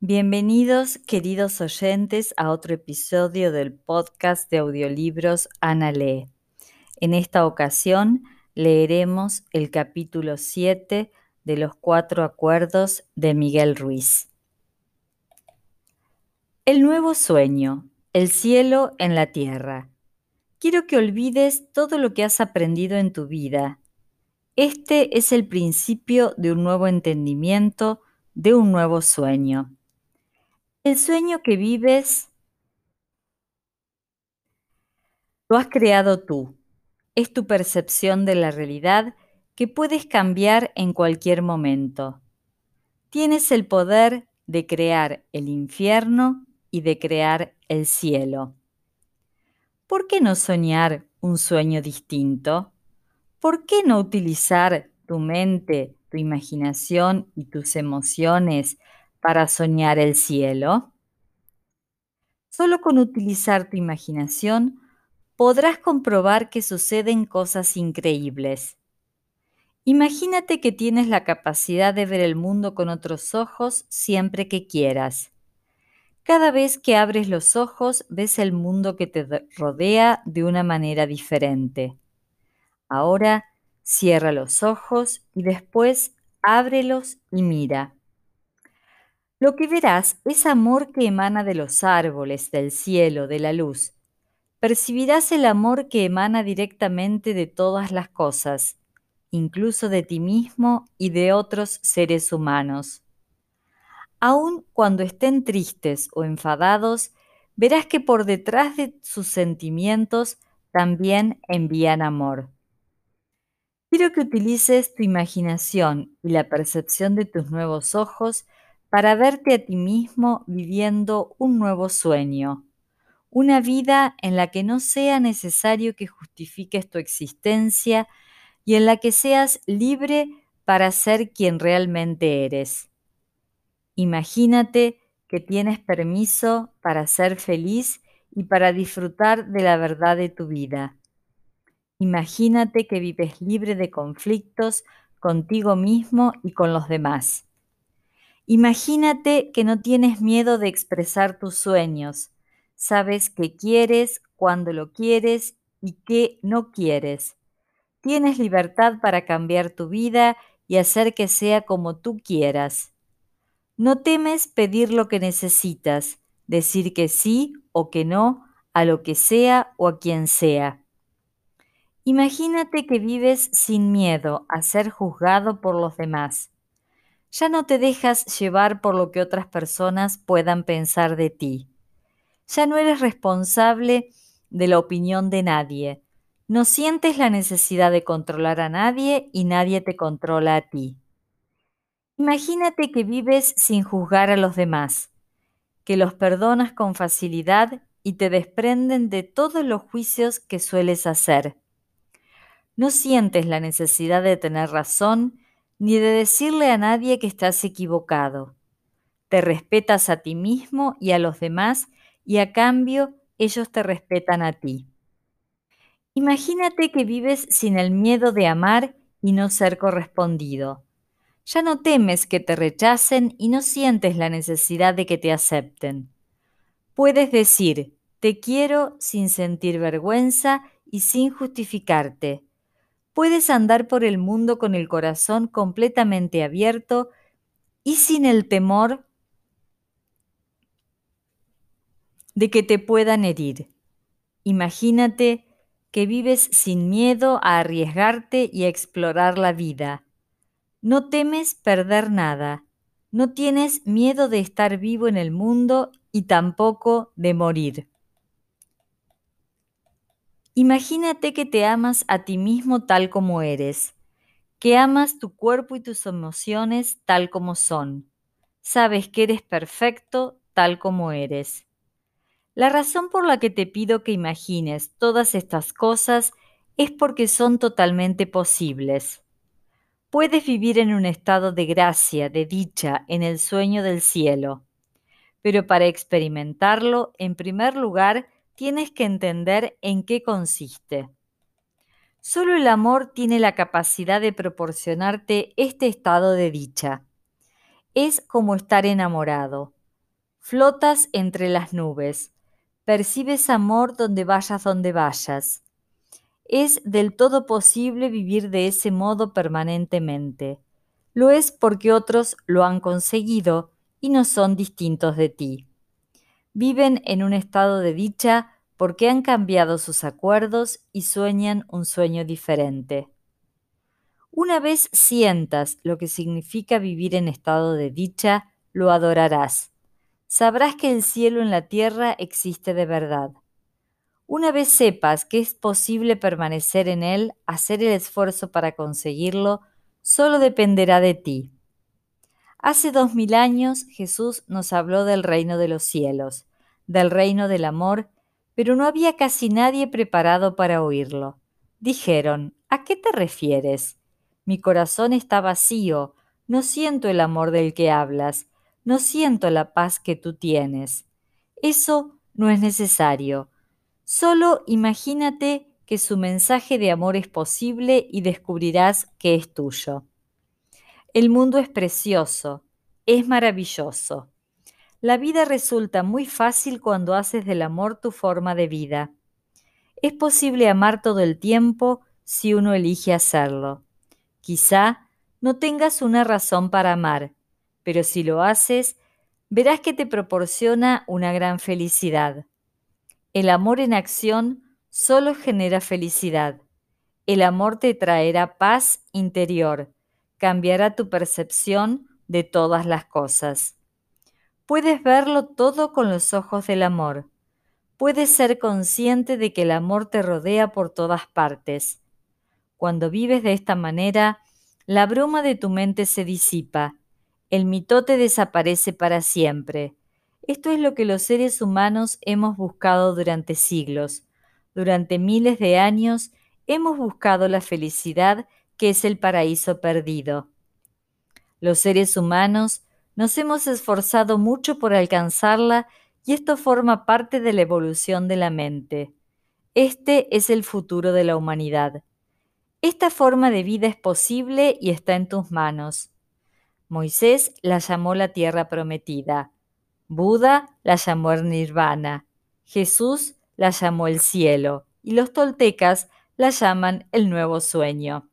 Bienvenidos, queridos oyentes, a otro episodio del podcast de audiolibros Ana Lee. En esta ocasión leeremos el capítulo 7 de Los Cuatro Acuerdos de Miguel Ruiz. El nuevo sueño, el cielo en la tierra. Quiero que olvides todo lo que has aprendido en tu vida. Este es el principio de un nuevo entendimiento, de un nuevo sueño. El sueño que vives lo has creado tú. Es tu percepción de la realidad que puedes cambiar en cualquier momento. Tienes el poder de crear el infierno y de crear el cielo. ¿Por qué no soñar un sueño distinto? ¿Por qué no utilizar tu mente, tu imaginación y tus emociones para soñar el cielo? Solo con utilizar tu imaginación podrás comprobar que suceden cosas increíbles. Imagínate que tienes la capacidad de ver el mundo con otros ojos siempre que quieras. Cada vez que abres los ojos, ves el mundo que te rodea de una manera diferente. Ahora, cierra los ojos y después ábrelos y mira. Lo que verás es amor que emana de los árboles, del cielo, de la luz. Percibirás el amor que emana directamente de todas las cosas, incluso de ti mismo y de otros seres humanos. Aun cuando estén tristes o enfadados, verás que por detrás de sus sentimientos también envían amor. Quiero que utilices tu imaginación y la percepción de tus nuevos ojos para verte a ti mismo viviendo un nuevo sueño. Una vida en la que no sea necesario que justifiques tu existencia y en la que seas libre para ser quien realmente eres. Imagínate que tienes permiso para ser feliz y para disfrutar de la verdad de tu vida. Imagínate que vives libre de conflictos contigo mismo y con los demás. Imagínate que no tienes miedo de expresar tus sueños. Sabes qué quieres, cuándo lo quieres y qué no quieres. Tienes libertad para cambiar tu vida y hacer que sea como tú quieras. No temes pedir lo que necesitas, decir que sí o que no a lo que sea o a quien sea. Imagínate que vives sin miedo a ser juzgado por los demás. Ya no te dejas llevar por lo que otras personas puedan pensar de ti. Ya no eres responsable de la opinión de nadie. No sientes la necesidad de controlar a nadie y nadie te controla a ti. Imagínate que vives sin juzgar a los demás, que los perdonas con facilidad y te desprenden de todos los juicios que sueles hacer. No sientes la necesidad de tener razón ni de decirle a nadie que estás equivocado. Te respetas a ti mismo y a los demás y a cambio ellos te respetan a ti. Imagínate que vives sin el miedo de amar y no ser correspondido. Ya no temes que te rechacen y no sientes la necesidad de que te acepten. Puedes decir, te quiero sin sentir vergüenza y sin justificarte. Puedes andar por el mundo con el corazón completamente abierto y sin el temor de que te puedan herir. Imagínate que vives sin miedo a arriesgarte y a explorar la vida. No temes perder nada. No tienes miedo de estar vivo en el mundo y tampoco de morir. Imagínate que te amas a ti mismo tal como eres, que amas tu cuerpo y tus emociones tal como son. Sabes que eres perfecto tal como eres. La razón por la que te pido que imagines todas estas cosas es porque son totalmente posibles. Puedes vivir en un estado de gracia, de dicha, en el sueño del cielo. Pero para experimentarlo, en primer lugar, tienes que entender en qué consiste. Solo el amor tiene la capacidad de proporcionarte este estado de dicha. Es como estar enamorado. Flotas entre las nubes. Percibes amor donde vayas. Es del todo posible vivir de ese modo permanentemente. Lo es porque otros lo han conseguido y no son distintos de ti. Viven en un estado de dicha porque han cambiado sus acuerdos y sueñan un sueño diferente. Una vez sientas lo que significa vivir en estado de dicha, lo adorarás. Sabrás que el cielo en la tierra existe de verdad. Una vez sepas que es posible permanecer en él, hacer el esfuerzo para conseguirlo, solo dependerá de ti. Hace 2000 años Jesús nos habló del reino de los cielos, del reino del amor, pero no había casi nadie preparado para oírlo. Dijeron, ¿a qué te refieres? Mi corazón está vacío, no siento el amor del que hablas, no siento la paz que tú tienes. Eso no es necesario. Solo imagínate que su mensaje de amor es posible y descubrirás que es tuyo. El mundo es precioso, es maravilloso. La vida resulta muy fácil cuando haces del amor tu forma de vida. Es posible amar todo el tiempo si uno elige hacerlo. Quizá no tengas una razón para amar, pero si lo haces, verás que te proporciona una gran felicidad. El amor en acción solo genera felicidad. El amor te traerá paz interior, cambiará tu percepción de todas las cosas. Puedes verlo todo con los ojos del amor. Puedes ser consciente de que el amor te rodea por todas partes. Cuando vives de esta manera, la bruma de tu mente se disipa. El mitote desaparece para siempre. Esto es lo que los seres humanos hemos buscado durante siglos. Durante miles de años hemos buscado la felicidad que es el paraíso perdido. Los seres humanos nos hemos esforzado mucho por alcanzarla y esto forma parte de la evolución de la mente. Este es el futuro de la humanidad. Esta forma de vida es posible y está en tus manos. Moisés la llamó la tierra prometida. Buda la llamó el nirvana. Jesús la llamó el cielo. Y los toltecas la llaman el nuevo sueño.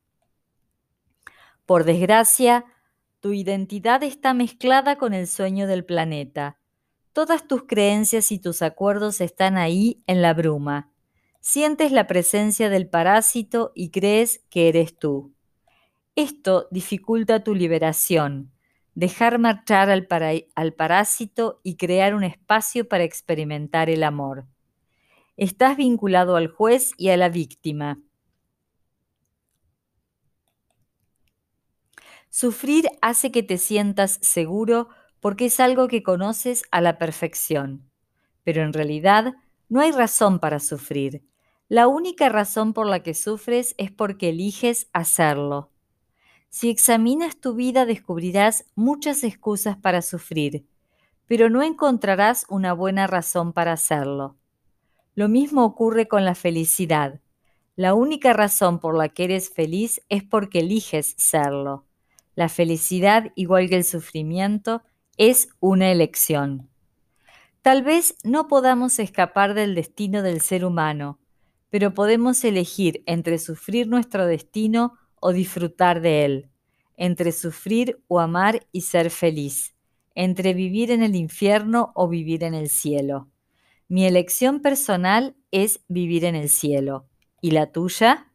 Por desgracia, tu identidad está mezclada con el sueño del planeta. Todas tus creencias y tus acuerdos están ahí en la bruma. Sientes la presencia del parásito y crees que eres tú. Esto dificulta tu liberación, dejar marchar al parásito y crear un espacio para experimentar el amor. Estás vinculado al juez y a la víctima. Sufrir hace que te sientas seguro porque es algo que conoces a la perfección. Pero en realidad no hay razón para sufrir. La única razón por la que sufres es porque eliges hacerlo. Si examinas tu vida descubrirás muchas excusas para sufrir, pero no encontrarás una buena razón para hacerlo. Lo mismo ocurre con la felicidad. La única razón por la que eres feliz es porque eliges serlo. La felicidad, igual que el sufrimiento, es una elección. Tal vez no podamos escapar del destino del ser humano, pero podemos elegir entre sufrir nuestro destino o disfrutar de él, entre sufrir o amar y ser feliz, entre vivir en el infierno o vivir en el cielo. Mi elección personal es vivir en el cielo. ¿Y la tuya?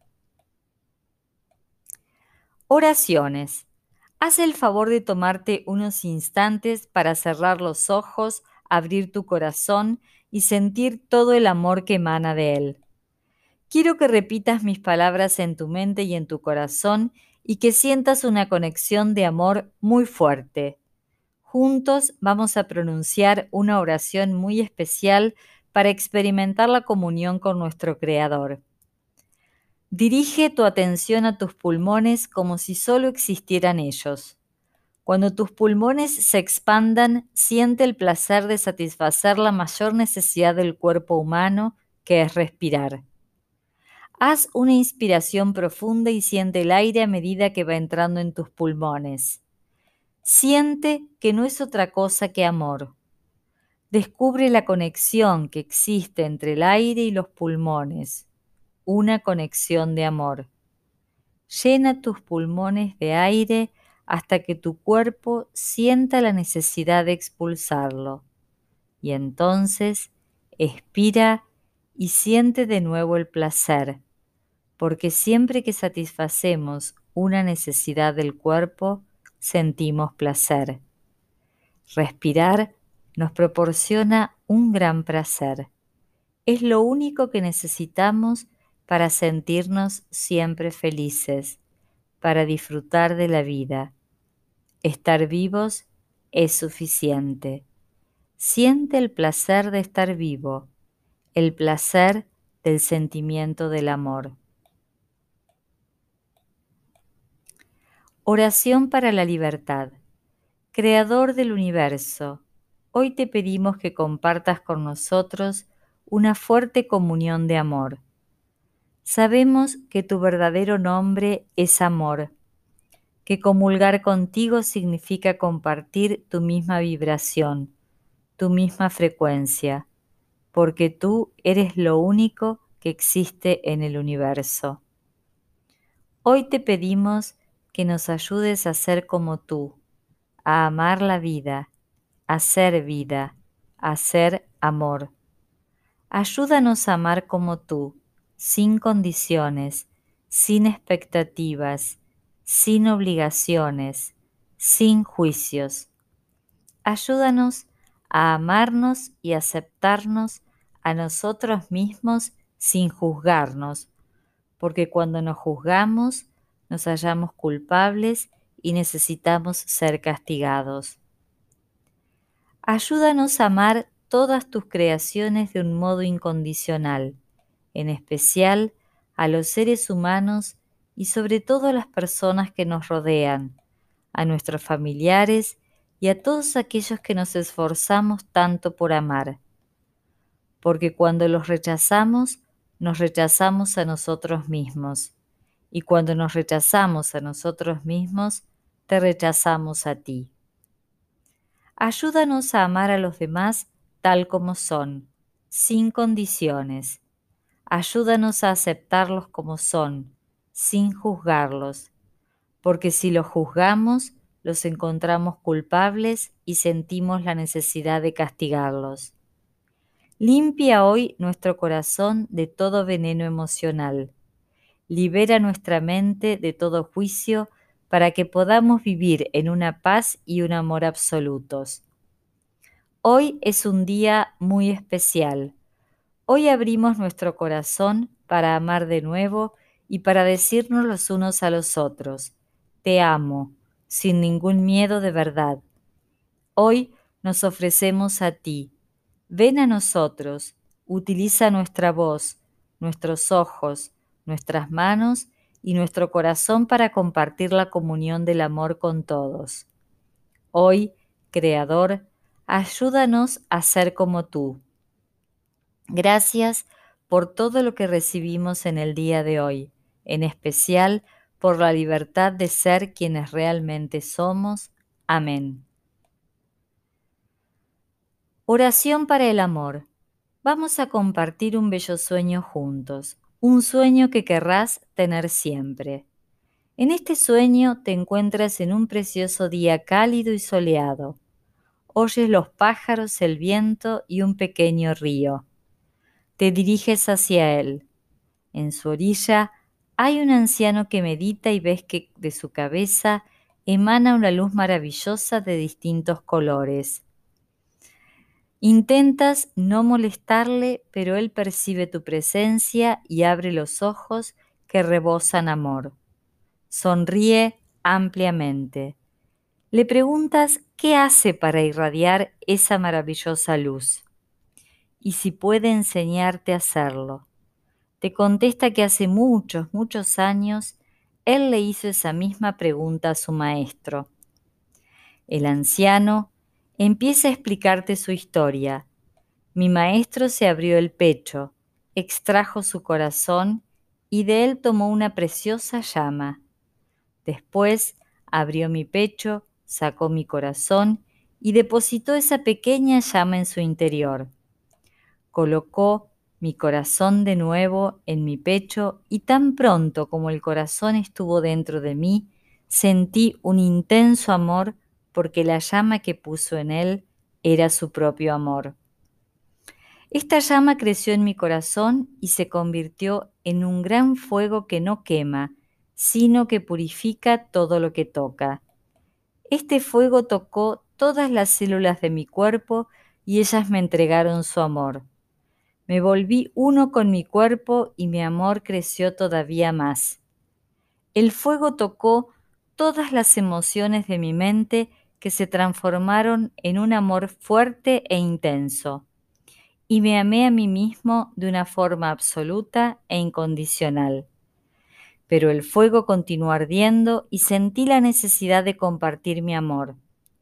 Oraciones. Haz el favor de tomarte unos instantes para cerrar los ojos, abrir tu corazón y sentir todo el amor que emana de él. Quiero que repitas mis palabras en tu mente y en tu corazón y que sientas una conexión de amor muy fuerte. Juntos vamos a pronunciar una oración muy especial para experimentar la comunión con nuestro Creador. Dirige tu atención a tus pulmones como si solo existieran ellos. Cuando tus pulmones se expandan, siente el placer de satisfacer la mayor necesidad del cuerpo humano, que es respirar. Haz una inspiración profunda y siente el aire a medida que va entrando en tus pulmones. Siente que no es otra cosa que amor. Descubre la conexión que existe entre el aire y los pulmones, una conexión de amor. Llena tus pulmones de aire hasta que tu cuerpo sienta la necesidad de expulsarlo. Y entonces expira y siente de nuevo el placer, porque siempre que satisfacemos una necesidad del cuerpo, sentimos placer. Respirar nos proporciona un gran placer. Es lo único que necesitamos para sentirnos siempre felices, para disfrutar de la vida. Estar vivos es suficiente. Siente el placer de estar vivo, el placer del sentimiento del amor. Oración para la libertad. Creador del universo, hoy te pedimos que compartas con nosotros una fuerte comunión de amor. Sabemos que tu verdadero nombre es amor, que comulgar contigo significa compartir tu misma vibración, tu misma frecuencia, porque tú eres lo único que existe en el universo. Hoy te pedimos que nos ayudes a ser como tú, a amar la vida, a ser vida, a ser amor. Ayúdanos a amar como tú, sin condiciones, sin expectativas, sin obligaciones, sin juicios. Ayúdanos a amarnos y aceptarnos a nosotros mismos sin juzgarnos, porque cuando nos juzgamos nos hallamos culpables y necesitamos ser castigados. Ayúdanos a amar todas tus creaciones de un modo incondicional, en especial a los seres humanos y sobre todo a las personas que nos rodean, a nuestros familiares y a todos aquellos que nos esforzamos tanto por amar. Porque cuando los rechazamos, nos rechazamos a nosotros mismos. Y cuando nos rechazamos a nosotros mismos, te rechazamos a ti. Ayúdanos a amar a los demás tal como son, sin condiciones. Ayúdanos a aceptarlos como son, sin juzgarlos, porque si los juzgamos, los encontramos culpables y sentimos la necesidad de castigarlos. Limpia hoy nuestro corazón de todo veneno emocional. Libera nuestra mente de todo juicio para que podamos vivir en una paz y un amor absolutos. Hoy es un día muy especial. Hoy abrimos nuestro corazón para amar de nuevo y para decirnos los unos a los otros, te amo, sin ningún miedo de verdad. Hoy nos ofrecemos a ti. Ven a nosotros, utiliza nuestra voz, nuestros ojos, nuestras manos y nuestro corazón para compartir la comunión del amor con todos. Hoy, Creador, ayúdanos a ser como tú. Gracias por todo lo que recibimos en el día de hoy, en especial por la libertad de ser quienes realmente somos. Amén. Oración para el amor. Vamos a compartir un bello sueño juntos, un sueño que querrás tener siempre. En este sueño te encuentras en un precioso día cálido y soleado. Oyes los pájaros, el viento y un pequeño río. Te diriges hacia él. En su orilla hay un anciano que medita y ves que de su cabeza emana una luz maravillosa de distintos colores. Intentas no molestarle, pero él percibe tu presencia y abre los ojos que rebosan amor. Sonríe ampliamente. Le preguntas qué hace para irradiar esa maravillosa luz y si puede enseñarte a hacerlo. Te contesta que hace muchos, muchos años él le hizo esa misma pregunta a su maestro. El anciano empieza a explicarte su historia. Mi maestro se abrió el pecho, extrajo su corazón y de él tomó una preciosa llama. Después abrió mi pecho, sacó mi corazón y depositó esa pequeña llama en su interior. Colocó mi corazón de nuevo en mi pecho y tan pronto como el corazón estuvo dentro de mí, sentí un intenso amor porque la llama que puso en él era su propio amor. Esta llama creció en mi corazón y se convirtió en un gran fuego que no quema, sino que purifica todo lo que toca. Este fuego tocó todas las células de mi cuerpo y ellas me entregaron su amor. Me volví uno con mi cuerpo y mi amor creció todavía más. El fuego tocó todas las emociones de mi mente que se transformaron en un amor fuerte e intenso. Y me amé a mí mismo de una forma absoluta e incondicional. Pero el fuego continuó ardiendo y sentí la necesidad de compartir mi amor.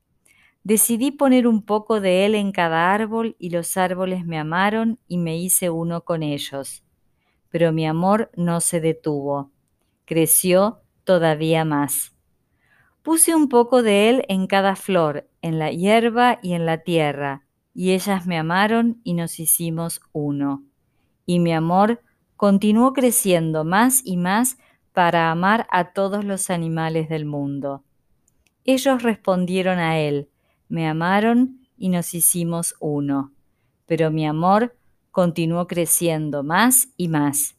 Decidí poner un poco de él en cada árbol y los árboles me amaron y me hice uno con ellos. Pero mi amor no se detuvo. Creció todavía más. Puse un poco de él en cada flor, en la hierba y en la tierra, y ellas me amaron y nos hicimos uno. Y mi amor continuó creciendo más y más para amar a todos los animales del mundo. Ellos respondieron a él, me amaron y nos hicimos uno. Pero mi amor continuó creciendo más y más.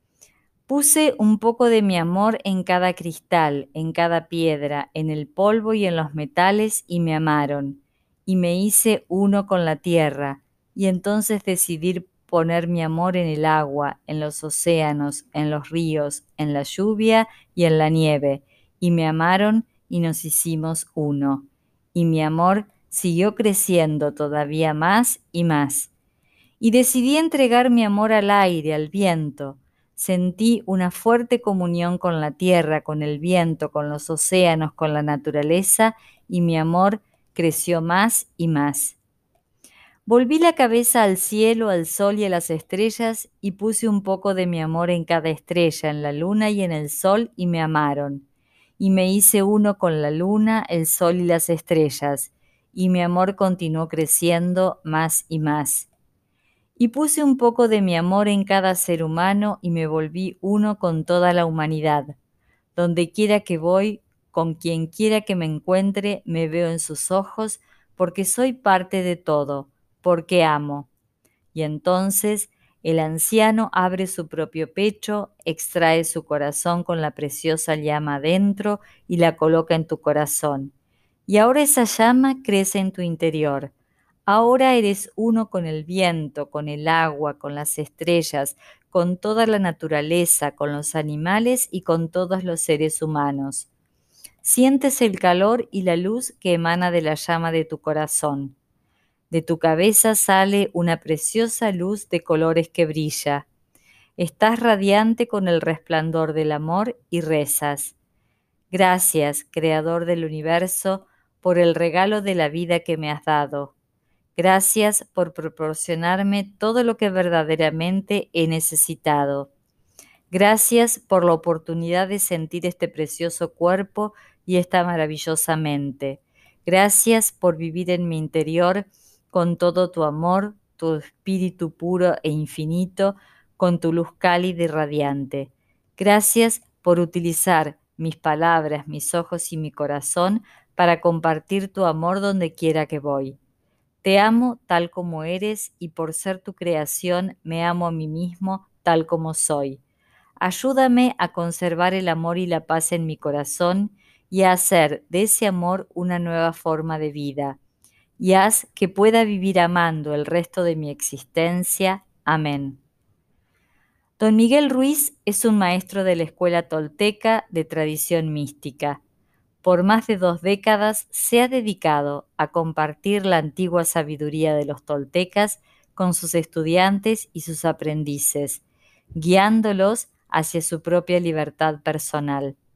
Puse un poco de mi amor en cada cristal, en cada piedra, en el polvo y en los metales, y me amaron. Y me hice uno con la tierra, y entonces decidí poner mi amor en el agua, en los océanos, en los ríos, en la lluvia y en la nieve, y me amaron y nos hicimos uno. Y mi amor siguió creciendo todavía más y más. Y decidí entregar mi amor al aire, al viento. Sentí una fuerte comunión con la tierra, con el viento, con los océanos, con la naturaleza, y mi amor creció más y más. Volví la cabeza al cielo, al sol y a las estrellas, y puse un poco de mi amor en cada estrella, en la luna y en el sol, y me amaron. Y me hice uno con la luna, el sol y las estrellas, y mi amor continuó creciendo más y más. Y puse un poco de mi amor en cada ser humano y me volví uno con toda la humanidad. Donde quiera que voy, con quien quiera que me encuentre, me veo en sus ojos, porque soy parte de todo, porque amo. Y entonces el anciano abre su propio pecho, extrae su corazón con la preciosa llama adentro y la coloca en tu corazón. Y ahora esa llama crece en tu interior. Ahora eres uno con el viento, con el agua, con las estrellas, con toda la naturaleza, con los animales y con todos los seres humanos. Sientes el calor y la luz que emana de la llama de tu corazón. De tu cabeza sale una preciosa luz de colores que brilla. Estás radiante con el resplandor del amor y rezas. Gracias, Creador del universo, por el regalo de la vida que me has dado. Gracias por proporcionarme todo lo que verdaderamente he necesitado. Gracias por la oportunidad de sentir este precioso cuerpo y esta maravillosa mente. Gracias por vivir en mi interior con todo tu amor, tu espíritu puro e infinito, con tu luz cálida y radiante. Gracias por utilizar mis palabras, mis ojos y mi corazón para compartir tu amor donde quiera que voy. Te amo tal como eres y por ser tu creación me amo a mí mismo tal como soy. Ayúdame a conservar el amor y la paz en mi corazón y a hacer de ese amor una nueva forma de vida. Y haz que pueda vivir amando el resto de mi existencia. Amén. Don Miguel Ruiz es un maestro de la escuela tolteca de tradición mística. Por más de 2 décadas se ha dedicado a compartir la antigua sabiduría de los toltecas con sus estudiantes y sus aprendices, guiándolos hacia su propia libertad personal.